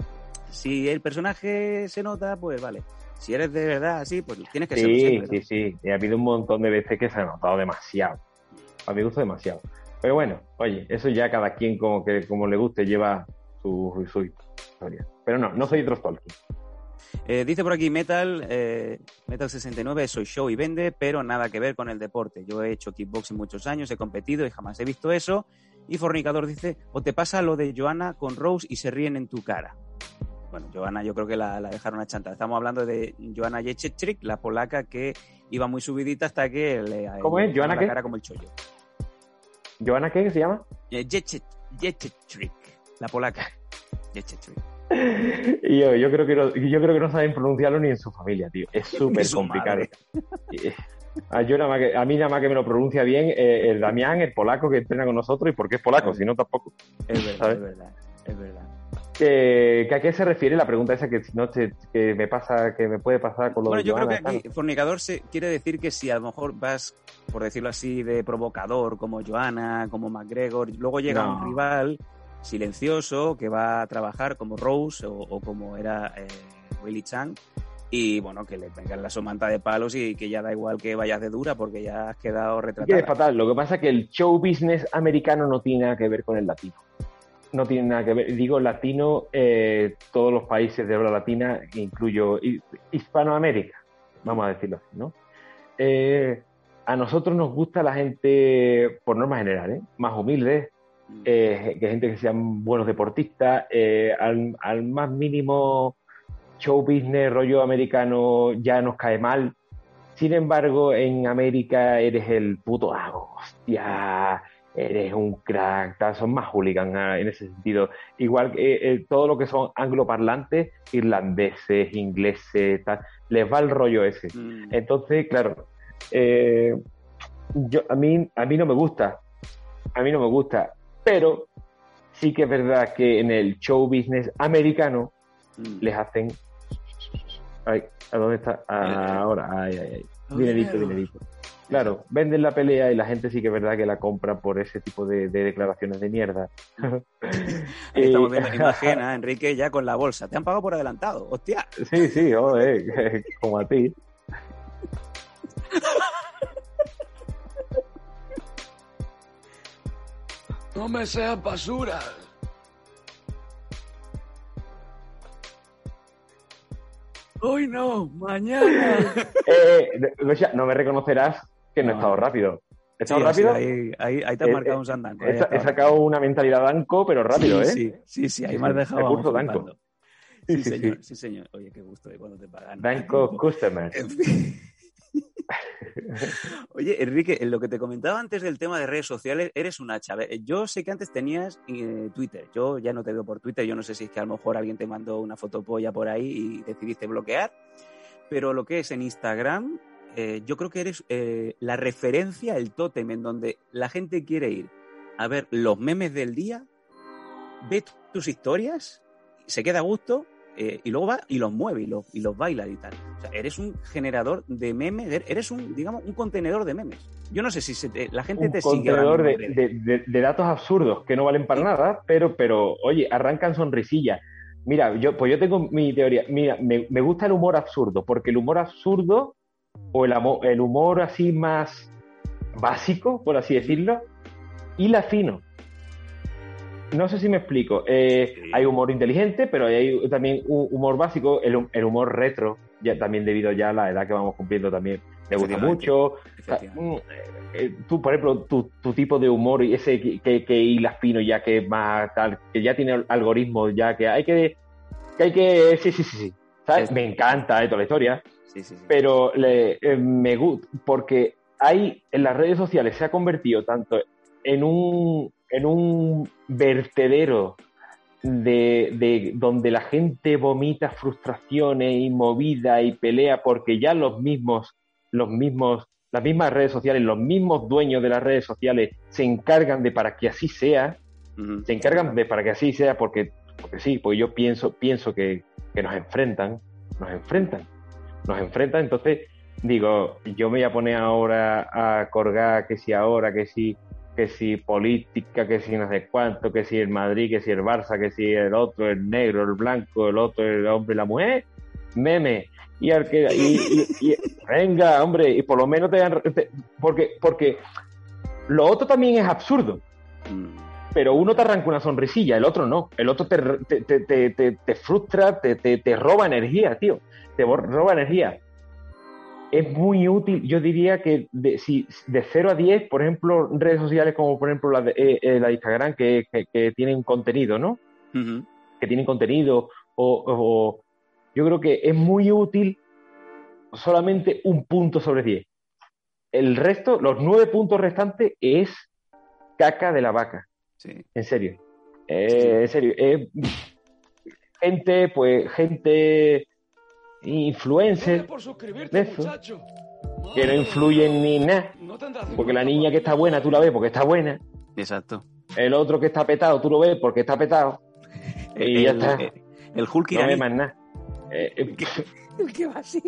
si el personaje se nota, pues vale. Si eres de verdad así, pues tienes que serlo Sí, siempre, ¿no? sí, sí. Y ha habido un montón de veces que se ha notado demasiado. A mi gusto, demasiado. Pero bueno, oye, eso ya cada quien como que como le guste lleva su, su historia. Pero no, no soy Dross Tolkien. Eh, dice por aquí Metal, eh, Metal sesenta y nueve, soy show y vende, pero nada que ver con el deporte. Yo he hecho kickboxing muchos años, he competido y jamás he visto eso. Y Fornicador dice, o te pasa lo de Joanna con Rose y se ríen en tu cara. Bueno, Joanna yo creo que la, la dejaron a chantar. Estamos hablando de Joanna Jędrzejczyk, la polaca que iba muy subidita hasta que le ¿Cómo es? ¿Joanna la qué? cara como el chollo. ¿Joanna qué se llama? Eh, Jędrzejczyk, la polaca. Jędrzejczyk. Y yo, yo creo que no, yo creo que no saben pronunciarlo ni en su familia, tío. Es súper su complicado. madre. Eh, A, yo nada más que, a mí nada más que me lo pronuncia bien eh, el Damián, el polaco que entrena con nosotros, y porque es polaco, si no tampoco. Es verdad, ¿sabes? es verdad, es verdad. Que, que a qué se refiere la pregunta esa que si no te, que me pasa, que me puede pasar con lo Bueno, de yo creo Joanna, que aquí claro. fornicador se quiere decir que si a lo mejor vas, por decirlo así, de provocador, como Joanna, como McGregor, luego llega No. un rival silencioso que va a trabajar como Rose o, o como era eh, Willie Chang, y bueno, que le vengan la somanta de palos y que ya da igual que vayas de dura porque ya has quedado Que es retratada. fatal. Lo que pasa es que el show business americano no tiene nada que ver con el latino. No tiene nada que ver. Digo latino, eh, todos los países de habla latina, incluyo hi- Hispanoamérica, vamos a decirlo así, ¿no? Eh, a nosotros nos gusta la gente, por norma general, ¿eh? Más humilde, eh, que gente que sean buenos deportistas, eh, al, al más mínimo show business, rollo americano, ya nos cae mal. Sin embargo, en América eres el puto amo, hostia, eres un crack, tal, son más hooligans ah, en ese sentido. Igual que eh, eh, todo lo que son angloparlantes, irlandeses, ingleses, tal, les va el rollo ese. Mm. Entonces, claro, eh, yo, a, mí, a mí no me gusta, a mí no me gusta, pero sí que es verdad que en el show business americano Mm. les hacen... Ay, ¿a dónde está? Ah, ahora, ay, ay, ay. Dinerito, dinerito. Claro, venden la pelea y la gente sí que es verdad que la compra por ese tipo de, de declaraciones de mierda. Ahí estamos Y- viendo la imagen a Enrique ya con la bolsa. Te han pagado por adelantado, hostia. Sí, sí, joder, como a ti. No me seas basura. Hoy no, mañana. Eh, Gosia, no me reconocerás que no he No, estado no. rápido. ¿He Sí, estado así, rápido? ahí, ahí, ahí te has Eh, marcado eh, un sandanco. He, ahí has he estado sacado rápido. una mentalidad danco, pero rápido, sí, ¿eh? Sí, sí, sí, ahí Sí, me has sí, dejado recurso vamos, danco. flipando. Sí, Sí, sí, señor, sí. sí, señor. Oye, qué gusto de cuando te pagan. Danco Customers. En fin. Oye, Enrique, en lo que te comentaba antes del tema de redes sociales, eres un hacha. A ver, yo sé que antes tenías eh, Twitter. Yo ya no te veo por Twitter. Yo no sé si es que a lo mejor alguien te mandó una fotopolla por ahí y decidiste bloquear. Pero lo que es en Instagram, eh, yo creo que eres eh, la referencia, el tótem, en donde la gente quiere ir a ver los memes del día, ve tus historias, se queda a gusto eh, y luego va y los mueve y los, y los baila y tal. O sea, eres un generador de memes, eres un, digamos, un contenedor de memes. Yo no sé si se te- la gente Un te sigue ahora contenedor mismo de, en redes. de- de- de datos absurdos que no valen para nada, pero, pero oye, arrancan sonrisillas. Mira, yo, pues yo tengo mi teoría. Mira, me, me gusta el humor absurdo, porque el humor absurdo o el, amo- el humor así más básico, por así decirlo, hila fino. No sé si me explico. Eh, Sí. Hay humor inteligente, pero hay también un humor básico, el, el humor retro, ya también debido ya a la edad que vamos cumpliendo también. Me gusta Efectivamente. mucho. O sea, Efectivamente. mm, eh, tú, por ejemplo, tu, tu tipo de humor, y ese que, que, que hila fino ya, que es más tal, que ya tiene algoritmos, ya que hay que, que hay que, sí, sí, sí, sí, ¿sabes? Sí. Me encanta eh, toda la historia, Sí, sí, sí. pero le, eh, me gusta, porque hay, en las redes sociales se ha convertido tanto en un, en un vertedero de, de donde la gente vomita frustraciones y movida y pelea porque ya los mismos los mismos las mismas redes sociales, los mismos dueños de las redes sociales se encargan de para que así sea, uh-huh. se encargan de para que así sea porque, porque sí, pues yo pienso, pienso que, que nos enfrentan, nos enfrentan, nos enfrentan, entonces digo, yo me voy a poner ahora a colgar que si ahora, que si, que si política, que si no sé cuánto, que si el Madrid, que si el Barça, que si el otro, el negro, el blanco, el otro, el hombre y la mujer, meme. Y al que y, y, y, venga, hombre, y por lo menos te dan te, porque porque lo otro también es absurdo. Pero uno te arranca una sonrisilla, el otro no. El otro te te, te, te, te, te frustra, te, te, te roba energía, tío. Te roba energía. Es muy útil, yo diría que de, si, de cero a diez, por ejemplo, redes sociales como por ejemplo la de eh, la Instagram, que, que, que tienen contenido, ¿no? Uh-huh. Que tienen contenido, o, o yo creo que es muy útil solamente un punto sobre diez. El resto, los nueve puntos restantes, es caca de la vaca. Sí. En serio. Eh, sí. En serio. Eh, gente, pues, gente... influencer de eso, que no influyen ni nada, porque la niña que está buena tú la ves porque está buena, exacto, el otro que está petado tú lo ves porque está petado y el, ya está, el, el Hulk no ve más nada. Eh, el, que, el que va así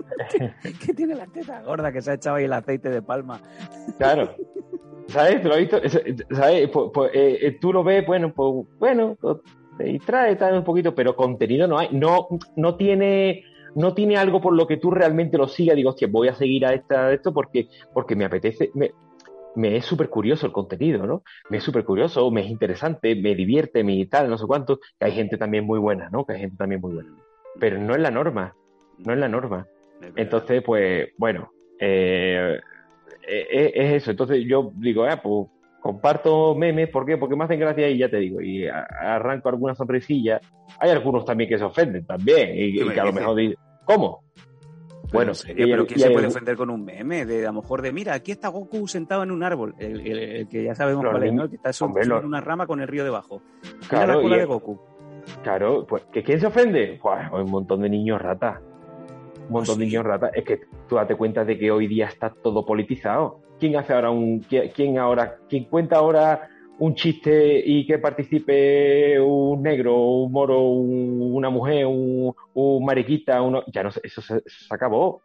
que tiene la teta gorda, que se ha echado ahí el aceite de palma, claro, ¿sabes? ¿Te lo has visto? ¿Sabes? Pues, pues eh, tú lo ves, bueno, pues bueno, te distrae tal un poquito, pero contenido no hay, no, no tiene no tiene algo por lo que tú realmente lo sigas, digo, hostia, voy a seguir a esta, esto porque, porque me apetece, me, me es súper curioso el contenido, ¿no? Me es súper curioso, me es interesante, me divierte, me tal, no sé cuánto, que hay gente también muy buena, ¿no? Que hay gente también muy buena. Pero no es la norma, no es la norma. Entonces, pues, bueno, eh, es, es eso. Entonces yo digo, ah, pues, comparto memes, ¿por qué? Porque me hacen gracia y ya te digo, y arranco alguna sonrisilla. Hay algunos también que se ofenden también, y, y que a lo mejor dicen, ¿cómo? Bueno, serio, pero ¿quién se puede ofender con un meme? De a lo mejor de, mira, aquí está Goku sentado en un árbol, el, el, el que ya sabemos cuál es, ¿no? El que está subiendo en una rama con el río debajo. Mira la cola de Goku. Claro, pues, ¿que quién se ofende? Pues un montón de niños ratas. Un montón ¿sí? de niños ratas. Es que tú date cuenta de que hoy día está todo politizado. ¿Quién hace ahora un, quién ahora, quién cuenta ahora un chiste y que participe un negro, un moro, un, una mujer, un, un mariquita, uno, ya no sé, eso se, eso se acabó.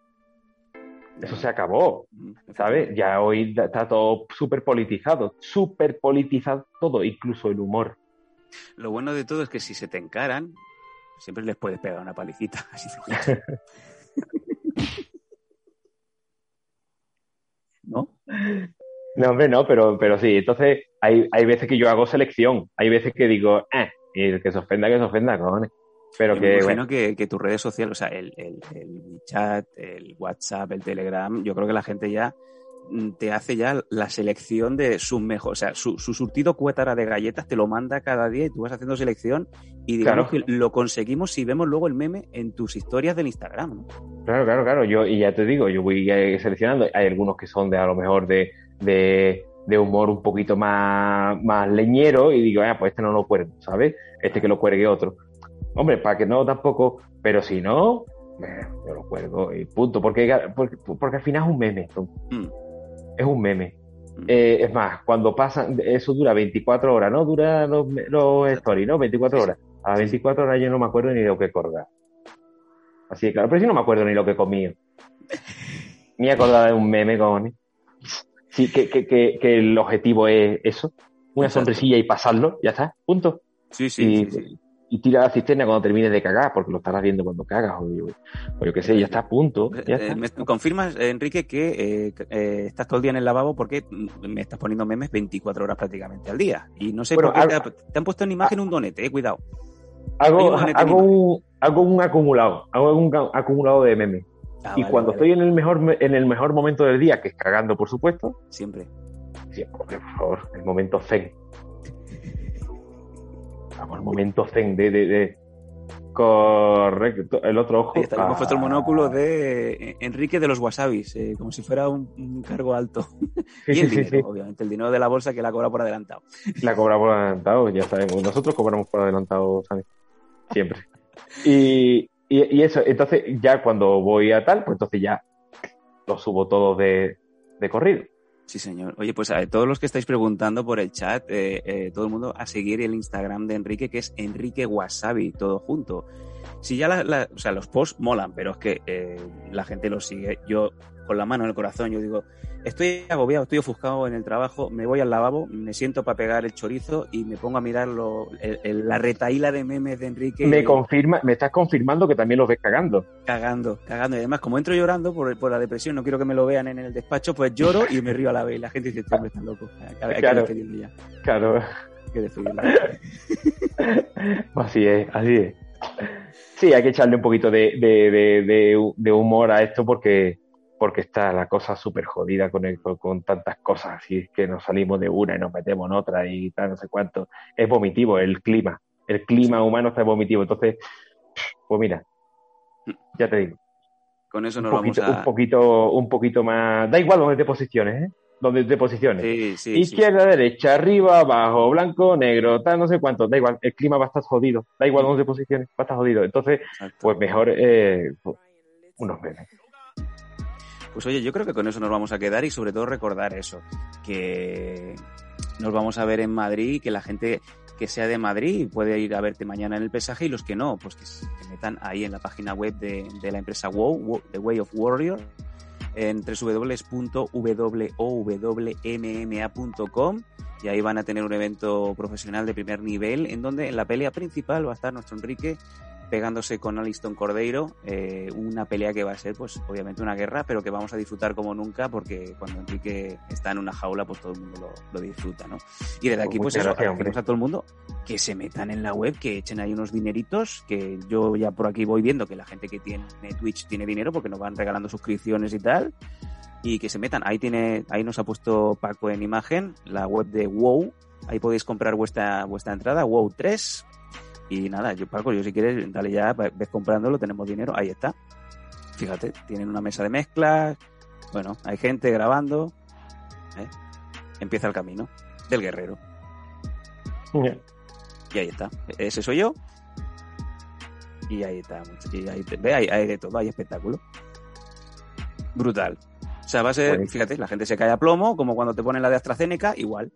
Eso se acabó, ¿sabes? Ya hoy está todo súper politizado, súper politizado todo, incluso el humor. Lo bueno de todo es que si se te encaran, siempre les puedes pegar una palicita. Así ¿no? No, hombre, no, pero, pero sí. Entonces, hay, hay veces que yo hago selección. Hay veces que digo, eh, y el que se ofenda, que se ofenda, cojones. Pero yo que, me imagino bueno. que, que tus redes sociales, o sea, el, el, el chat, el WhatsApp, el Telegram, yo creo que la gente ya te hace ya la selección de sus mejores, o sea, su, su surtido cuétara de galletas te lo manda cada día y tú vas haciendo selección y digamos claro. que lo conseguimos si vemos luego el meme en tus historias del Instagram, ¿no? Claro, claro, claro. Yo, y ya te digo, yo voy seleccionando. Hay algunos que son de a lo mejor de, de, de humor un poquito más, más leñero y digo, ah, pues este no lo cuelgo, ¿sabes? Este que lo cuelgue otro. Hombre, para que no tampoco, pero si no, eh, yo lo cuelgo y punto. Porque, porque, porque al final es un meme. Mm. Es un meme. Mm. Eh, es más, cuando pasan, eso dura veinticuatro horas, ¿no? Dura los, los stories, ¿no? veinticuatro horas. A las veinticuatro horas yo no me acuerdo ni de lo que colgar. Así que claro, pero si no me acuerdo ni lo que comí. Ni acordaba de un meme, con sí, que, que, que, que el objetivo es eso. Una Exacto. sonrisilla y pasarlo, ya está, punto. Sí, sí, y, sí, sí. Y tira la cisterna cuando termines de cagar, porque lo estarás viendo cuando cagas, o yo, o yo qué sé, ya está a punto. Ya está. Eh, ¿Me confirmas, Enrique, que eh, eh, estás todo el día en el lavabo porque me estás poniendo memes veinticuatro horas prácticamente al día? Y no sé bueno, por qué hago, te, te han puesto en imagen un donete, eh, cuidado. Hago, un hago, un, hago un acumulado, hago un acumulado de memes. Ah, y vale, cuando vale. estoy en el mejor en el mejor momento del día, que es cagando, por supuesto. Siempre. Siempre, por favor, el momento zen. Vamos, el momento zen de, de, de... Correcto, el otro ojo. Ahí está, ah. hemos puesto el monóculo de Enrique de los wasabis, eh, como si fuera un, un cargo alto. Sí, y el sí, dinero, sí. obviamente, el dinero de la bolsa que la cobra por adelantado. La cobra por adelantado, ya sabemos. Nosotros cobramos por adelantado, ¿sabes? Siempre. Y, y, y eso, entonces ya cuando voy a tal, pues entonces ya lo subo todo de, de corrido. Sí, señor. Oye, pues a todos los que estáis preguntando por el chat, eh, eh, todo el mundo a seguir el Instagram de Enrique, que es Enrique Wasabi, todo junto. Si ya la, la, o sea, los posts molan, pero es que eh, la gente los sigue. Yo, con la mano en el corazón, yo digo, estoy agobiado, estoy ofuscado en el trabajo, me voy al lavabo, me siento para pegar el chorizo y me pongo a mirar lo, el, el, la retaíla de memes de Enrique. Me y, confirma, me estás confirmando que también los ves cagando. Cagando, cagando. Y además, como entro llorando por, por la depresión, no quiero que me lo vean en el despacho, pues lloro y me río a la vez. Y la gente dice, este hombre está loco. Hay, hay claro, que despedirlo ya. Claro. Hay que despedirlo. Así es, así es. Sí, hay que echarle un poquito de, de, de, de, de humor a esto porque, porque está la cosa súper jodida con, el, con, con tantas cosas. Así es que nos salimos de una y nos metemos en otra y tal, no sé cuánto. Es vomitivo el clima. El clima humano está vomitivo. Entonces, pues mira, ya te digo. Con eso nos un poquito, vamos a... Un poquito, un poquito más... Da igual donde te posiciones, ¿eh? Donde te posiciones. Sí, sí, Izquierda, sí, sí. derecha, arriba, abajo, blanco, negro, tal, no sé cuánto. Da igual, el clima va a estar jodido. Da igual donde te posiciones, va a estar jodido. Entonces, exacto, pues mejor eh, unos memes. Pues oye, yo creo que con eso nos vamos a quedar y sobre todo recordar eso, que nos vamos a ver en Madrid, que la gente que sea de Madrid puede ir a verte mañana en el pesaje y los que no, pues que se metan ahí en la página web de, de la empresa WoW, The Way of Warrior, en doble u doble u doble u punto w m m a punto com y ahí van a tener un evento profesional de primer nivel en donde en la pelea principal va a estar nuestro Enrique pegándose con Aliston Cordeiro, eh, una pelea que va a ser pues obviamente una guerra, pero que vamos a disfrutar como nunca porque cuando Enrique está en una jaula pues todo el mundo lo, lo disfruta, ¿no? Y desde aquí pues, pues eso, agradecemos a todo el mundo que se metan en la web, que echen ahí unos dineritos, que yo ya por aquí voy viendo que la gente que tiene Twitch tiene dinero porque nos van regalando suscripciones y tal, y que se metan, ahí tiene, ahí nos ha puesto Paco en imagen la web de WoW, ahí podéis comprar vuestra, vuestra entrada, WoW tres. Y nada, yo Paco, yo si quieres, dale ya, ves comprándolo, tenemos dinero, ahí está. Fíjate, tienen una mesa de mezclas, bueno, hay gente grabando, ¿eh? Empieza el camino del guerrero. Yeah. Y ahí está, ese soy yo. Y ahí está, y ahí, ve, hay, hay de todo, hay espectáculo. Brutal. O sea, va a ser, fíjate, la gente se cae a plomo, como cuando te ponen la de AstraZeneca, igual.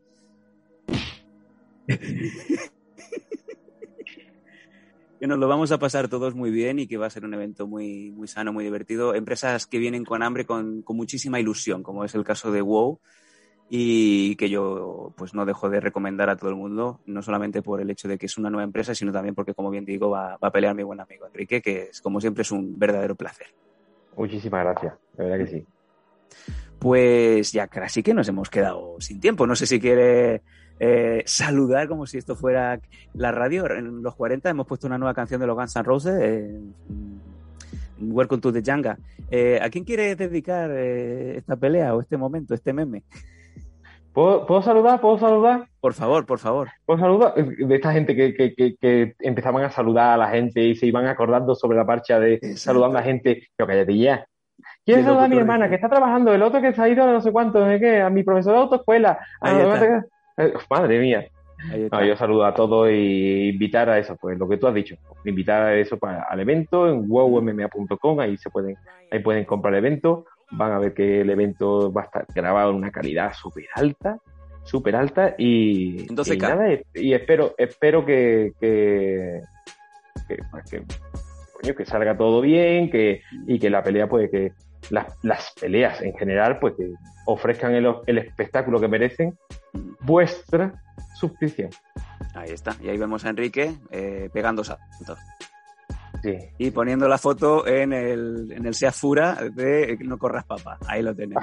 Que nos lo vamos a pasar todos muy bien y que va a ser un evento muy, muy sano, muy divertido. Empresas que vienen con hambre, con, con muchísima ilusión, como es el caso de WoW, y que yo pues no dejo de recomendar a todo el mundo, no solamente por el hecho de que es una nueva empresa, sino también porque, como bien digo, va, va a pelear mi buen amigo Enrique, que es, como siempre es un verdadero placer. Muchísimas gracias, de verdad que sí. Pues ya casi que nos hemos quedado sin tiempo. No sé si quiere... Eh, saludar como si esto fuera la radio. En los cuarenta hemos puesto una nueva canción de los Guns N' Roses, eh, Welcome to the Jungle. Eh, ¿A quién quiere dedicar eh, esta pelea o este momento, este meme? ¿Puedo, ¿Puedo saludar? ¿Puedo saludar? Por favor, por favor. ¿Puedo saludar? De esta gente que, que, que, que empezaban a saludar a la gente y se iban acordando sobre la marcha de Exacto. Saludando a la gente. Pero cállate ya. ¿Quién saluda a mi hermana rico? Que está trabajando? El otro que se ha ido a no sé cuánto, ¿de qué? A mi profesor de autoescuela. A Madre mía. No, yo saludo a todos y invitar a eso, pues lo que tú has dicho, invitar a eso para, al evento en wow m m a punto com, ahí se pueden, ahí pueden comprar el evento, van a ver que el evento va a estar grabado en una calidad súper alta, súper alta y, y nada, y espero, espero que, que, que, pues que, coño, que salga todo bien, que, y que la pelea, pues que las, las peleas en general, pues que ofrezcan el, el espectáculo que merecen vuestra suscripción. Ahí está, y ahí vemos a Enrique eh, pegando saltos. Sí. Y poniendo la foto en el, en el Seat Fura de No corras papá, ahí lo tenemos.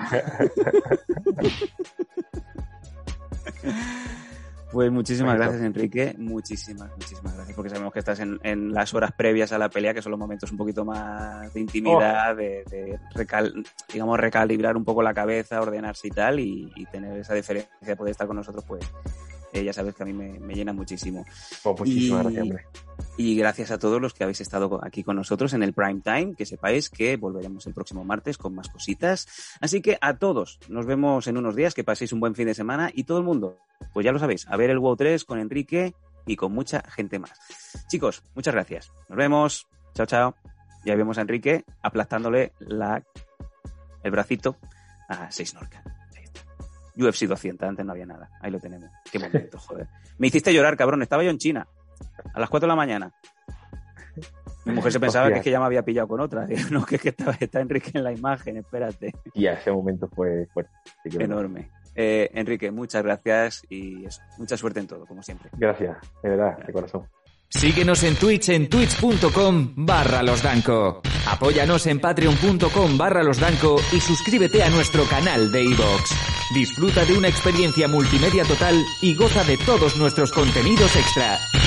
Pues muchísimas gracias, Enrique, muchísimas, muchísimas gracias, porque sabemos que estás en, en las horas previas a la pelea, que son los momentos un poquito más de intimidad, oh. de, de recal, digamos, recalibrar un poco la cabeza, ordenarse y tal, y, y tener esa diferencia de poder estar con nosotros, pues eh, ya sabes que a mí me, me llena muchísimo. Oh, muchísimas y, gracias, hombre. Y gracias a todos los que habéis estado aquí con nosotros en el Prime Time, que sepáis que volveremos el próximo martes con más cositas. Así que a todos, nos vemos en unos días, que paséis un buen fin de semana y todo el mundo, pues ya lo sabéis, a ver el WoW tres con Enrique y con mucha gente más. Chicos, muchas gracias. Nos vemos. Chao, chao. Ya vemos a Enrique aplastándole la, el bracito Ah, seis Norca. Ahí está. U F C doscientos, antes no había nada. Ahí lo tenemos. Qué momento, joder. Me hiciste llorar, cabrón. Estaba yo en China. A las cuatro de la mañana. Mi mujer se pensaba Hostia. que es que ya me había pillado con otra. Digo, no, que es que está, está Enrique en la imagen, espérate. Y ese momento fue fuerte. Sí, enorme. Eh, Enrique, muchas gracias y eso, mucha suerte en todo, como siempre. Gracias, de verdad, de corazón. Síguenos en Twitch en twitch.com barra losdanco. Apóyanos en patreon.com barra losdanco y suscríbete a nuestro canal de iVoox. Disfruta de una experiencia multimedia total y goza de todos nuestros contenidos extra.